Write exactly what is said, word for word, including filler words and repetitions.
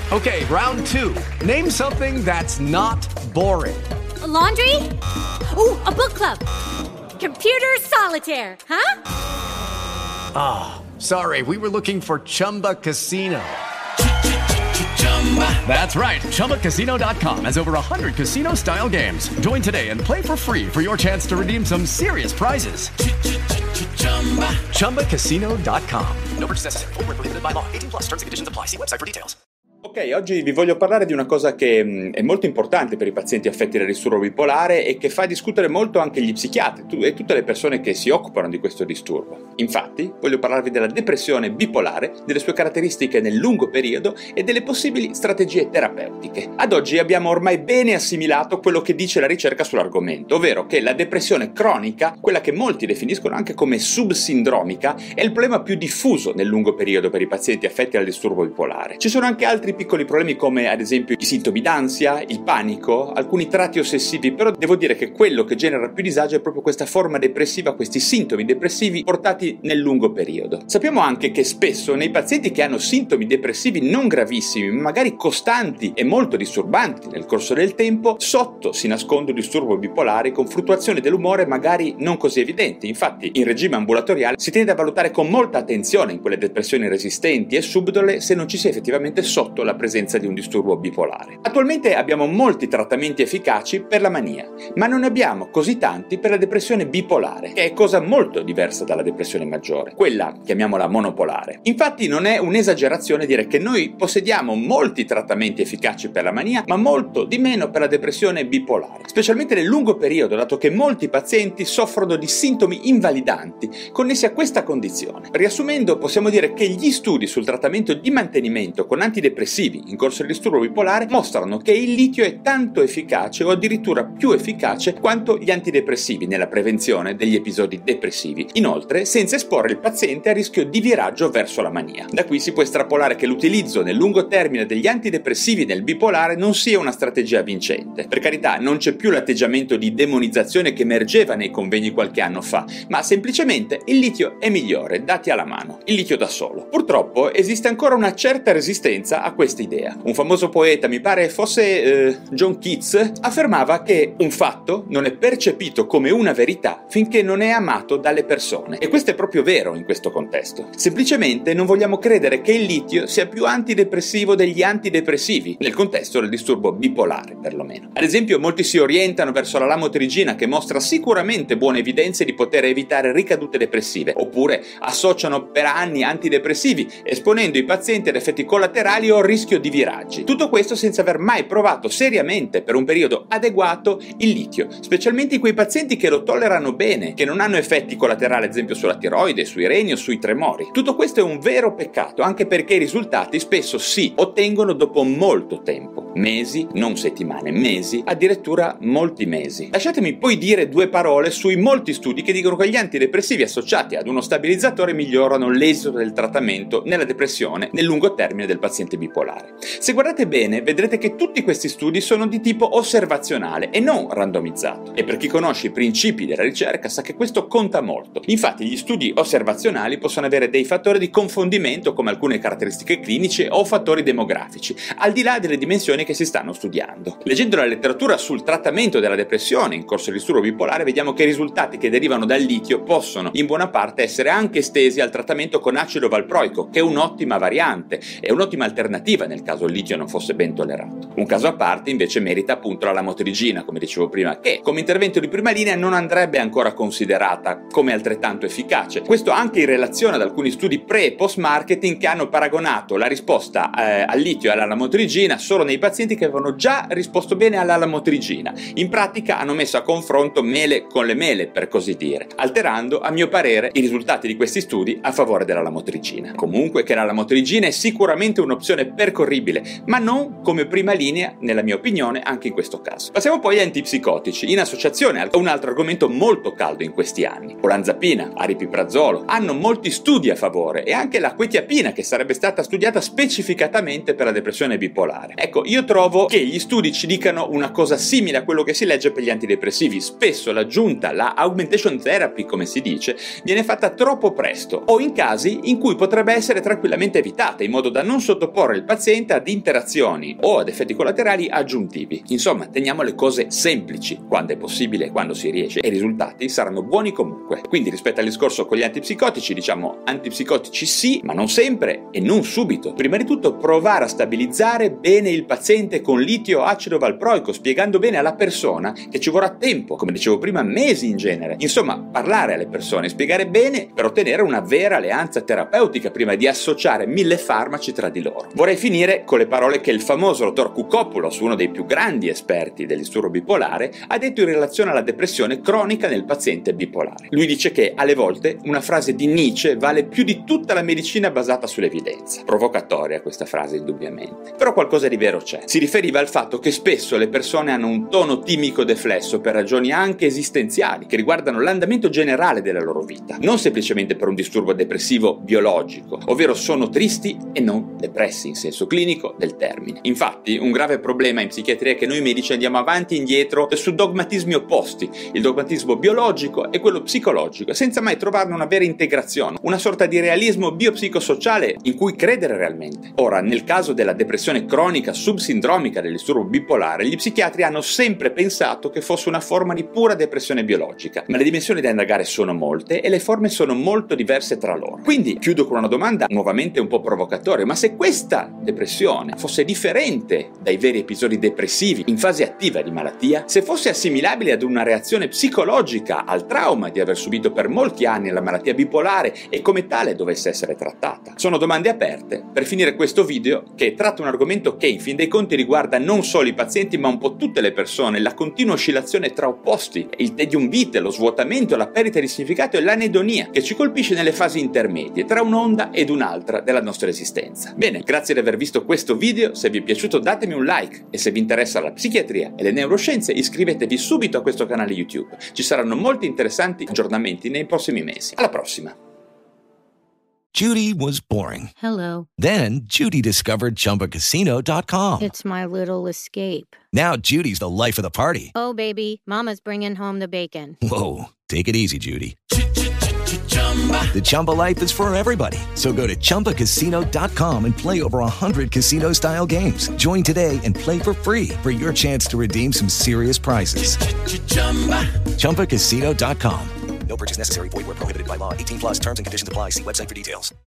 Okay, round two. Name something that's not boring. A laundry? Ooh, a book club. Computer solitaire, huh? Ah, oh, sorry, we were looking for Chumba Casino. That's right, Chumba Casino dot com has over one hundred casino-style games. Join today and play for free for your chance to redeem some serious prizes. Chumba Casino dot com. No purchase necessary. Void where prohibited by law. eighteen plus terms and conditions apply. See website for details. Ok, oggi vi voglio parlare di una cosa che mh, è molto importante per i pazienti affetti da disturbo bipolare e che fa discutere molto anche gli psichiatri tu, e tutte le persone che si occupano di questo disturbo. Infatti, voglio parlarvi della depressione bipolare, delle sue caratteristiche nel lungo periodo e delle possibili strategie terapeutiche. Ad oggi abbiamo ormai bene assimilato quello che dice la ricerca sull'argomento, ovvero che la depressione cronica, quella che molti definiscono anche come subsindromica, è il problema più diffuso nel lungo periodo per i pazienti affetti dal disturbo bipolare. Ci sono anche altri piccoli problemi come ad esempio i sintomi d'ansia, il panico, alcuni tratti ossessivi, però devo dire che quello che genera più disagio è proprio questa forma depressiva, questi sintomi depressivi portati nel lungo periodo. Sappiamo anche che spesso nei pazienti che hanno sintomi depressivi non gravissimi, magari costanti e molto disturbanti nel corso del tempo, sotto si nasconde un disturbo bipolare con fluttuazioni dell'umore magari non così evidenti. Infatti in regime ambulatoriale si tende a valutare con molta attenzione in quelle depressioni resistenti e subdole se non ci sia effettivamente sotto la presenza di un disturbo bipolare. Attualmente abbiamo molti trattamenti efficaci per la mania, ma non ne abbiamo così tanti per la depressione bipolare, che è cosa molto diversa dalla depressione maggiore, quella chiamiamola monopolare. Infatti non è un'esagerazione dire che noi possediamo molti trattamenti efficaci per la mania, ma molto di meno per la depressione bipolare, specialmente nel lungo periodo, dato che molti pazienti soffrono di sintomi invalidanti connessi a questa condizione. Riassumendo, possiamo dire che gli studi sul trattamento di mantenimento con antidepressivi in corso di disturbo bipolare mostrano che il litio è tanto efficace o addirittura più efficace quanto gli antidepressivi nella prevenzione degli episodi depressivi, inoltre senza esporre il paziente a rischio di viraggio verso la mania. Da qui si può estrapolare che l'utilizzo nel lungo termine degli antidepressivi nel bipolare non sia una strategia vincente. Per carità, non c'è più l'atteggiamento di demonizzazione che emergeva nei convegni qualche anno fa, ma semplicemente il litio è migliore, dati alla mano, il litio da solo. Purtroppo esiste ancora una certa resistenza a questa idea. Un famoso poeta, mi pare fosse eh, John Keats, affermava che un fatto non è percepito come una verità finché non è amato dalle persone. E questo è proprio vero in questo contesto. Semplicemente non vogliamo credere che il litio sia più antidepressivo degli antidepressivi, nel contesto del disturbo bipolare perlomeno. Ad esempio, molti si orientano verso la lamotrigina, che mostra sicuramente buone evidenze di poter evitare ricadute depressive, oppure associano per anni antidepressivi, esponendo i pazienti ad effetti collaterali o rischio di viraggi. Tutto questo senza aver mai provato seriamente per un periodo adeguato il litio, specialmente in quei pazienti che lo tollerano bene, che non hanno effetti collaterali ad esempio sulla tiroide, sui reni o sui tremori. Tutto questo è un vero peccato, anche perché i risultati spesso si ottengono dopo molto tempo, mesi, non settimane, mesi, addirittura molti mesi. Lasciatemi poi dire due parole sui molti studi che dicono che gli antidepressivi associati ad uno stabilizzatore migliorano l'esito del trattamento nella depressione nel lungo termine del paziente bipolare. Se guardate bene, vedrete che tutti questi studi sono di tipo osservazionale e non randomizzato. E per chi conosce i principi della ricerca sa che questo conta molto. Infatti gli studi osservazionali possono avere dei fattori di confondimento come alcune caratteristiche cliniche o fattori demografici, al di là delle dimensioni che si stanno studiando. Leggendo la letteratura sul trattamento della depressione in corso di disturbo bipolare, vediamo che i risultati che derivano dal litio possono in buona parte essere anche estesi al trattamento con acido valproico, che è un'ottima variante e un'ottima alternativa nel caso il litio non fosse ben tollerato. Un caso a parte invece merita appunto la lamotrigina, come dicevo prima, che come intervento di prima linea non andrebbe ancora considerata come altrettanto efficace. Questo anche in relazione ad alcuni studi pre e post marketing che hanno paragonato la risposta eh, al litio e alla lamotrigina solo nei pazienti che avevano già risposto bene alla lamotrigina. In pratica hanno messo a confronto mele con le mele, per così dire, alterando a mio parere i risultati di questi studi a favore della lamotrigina. Comunque che la lamotrigina è sicuramente un'opzione percorribile, ma non come prima linea, nella mia opinione, anche in questo caso. Passiamo poi agli antipsicotici, in associazione a un altro argomento molto caldo in questi anni. Olanzapina, aripiprazolo, hanno molti studi a favore, e anche la quetiapina, che sarebbe stata studiata specificatamente per la depressione bipolare. Ecco, io io trovo che gli studi ci dicano una cosa simile a quello che si legge per gli antidepressivi. Spesso l'aggiunta, la augmentation therapy come si dice, viene fatta troppo presto o in casi in cui potrebbe essere tranquillamente evitata, in modo da non sottoporre il paziente ad interazioni o ad effetti collaterali aggiuntivi. Insomma, teniamo le cose semplici quando è possibile e quando si riesce, e i risultati saranno buoni comunque. Quindi rispetto al discorso con gli antipsicotici, diciamo antipsicotici sì, ma non sempre e non subito. Prima di tutto provare a stabilizzare bene il paziente con litio acido valproico, spiegando bene alla persona che ci vorrà tempo, come dicevo prima, mesi in genere. Insomma, parlare alle persone, spiegare bene per ottenere una vera alleanza terapeutica prima di associare mille farmaci tra di loro. Vorrei finire con le parole che il famoso dottor Kukopoulos, uno dei più grandi esperti del disturbo bipolare, ha detto in relazione alla depressione cronica nel paziente bipolare. Lui dice che alle volte una frase di Nietzsche vale più di tutta la medicina basata sull'evidenza. Provocatoria questa frase, indubbiamente. Però qualcosa di vero c'è. Si riferiva al fatto che spesso le persone hanno un tono timico deflesso per ragioni anche esistenziali che riguardano l'andamento generale della loro vita, non semplicemente per un disturbo depressivo biologico, ovvero sono tristi e non depressi in senso clinico del termine. Infatti, un grave problema in psichiatria è che noi medici andiamo avanti e indietro su dogmatismi opposti, il dogmatismo biologico e quello psicologico, senza mai trovarne una vera integrazione, una sorta di realismo biopsicosociale in cui credere realmente. Ora, nel caso della depressione cronica subsindromica del disturbo bipolare, gli psichiatri hanno sempre pensato che fosse una forma di pura depressione biologica, ma le dimensioni da indagare sono molte e le forme sono molto diverse tra loro. Quindi chiudo con una domanda nuovamente un po' provocatoria: ma se questa depressione fosse differente dai veri episodi depressivi in fase attiva di malattia, se fosse assimilabile ad una reazione psicologica al trauma di aver subito per molti anni la malattia bipolare e come tale dovesse essere trattata? Sono domande aperte per finire questo video, che tratta un argomento che in fin dei conti riguarda non solo i pazienti ma un po' tutte le persone: la continua oscillazione tra opposti, il tedium vitae, lo svuotamento, la perdita di significato e l'anedonia che ci colpisce nelle fasi intermedie tra un'onda ed un'altra della nostra esistenza. Bene, grazie di aver visto questo video. Se vi è piaciuto datemi un like e se vi interessa la psichiatria e le neuroscienze iscrivetevi subito a questo canale YouTube. Ci saranno molti interessanti aggiornamenti nei prossimi mesi. Alla prossima! Judy was boring. Hello. Then Judy discovered Chumba Casino dot com. It's my little escape. Now Judy's the life of the party. Oh, baby, mama's bringing home the bacon. Whoa, take it easy, Judy. The Chumba life is for everybody. So go to Chumba Casino dot com and play over one hundred casino-style games. Join today and play for free for your chance to redeem some serious prizes. Chumba Casino dot com. No purchase necessary. Void where prohibited by law. eighteen plus terms and conditions apply. See website for details.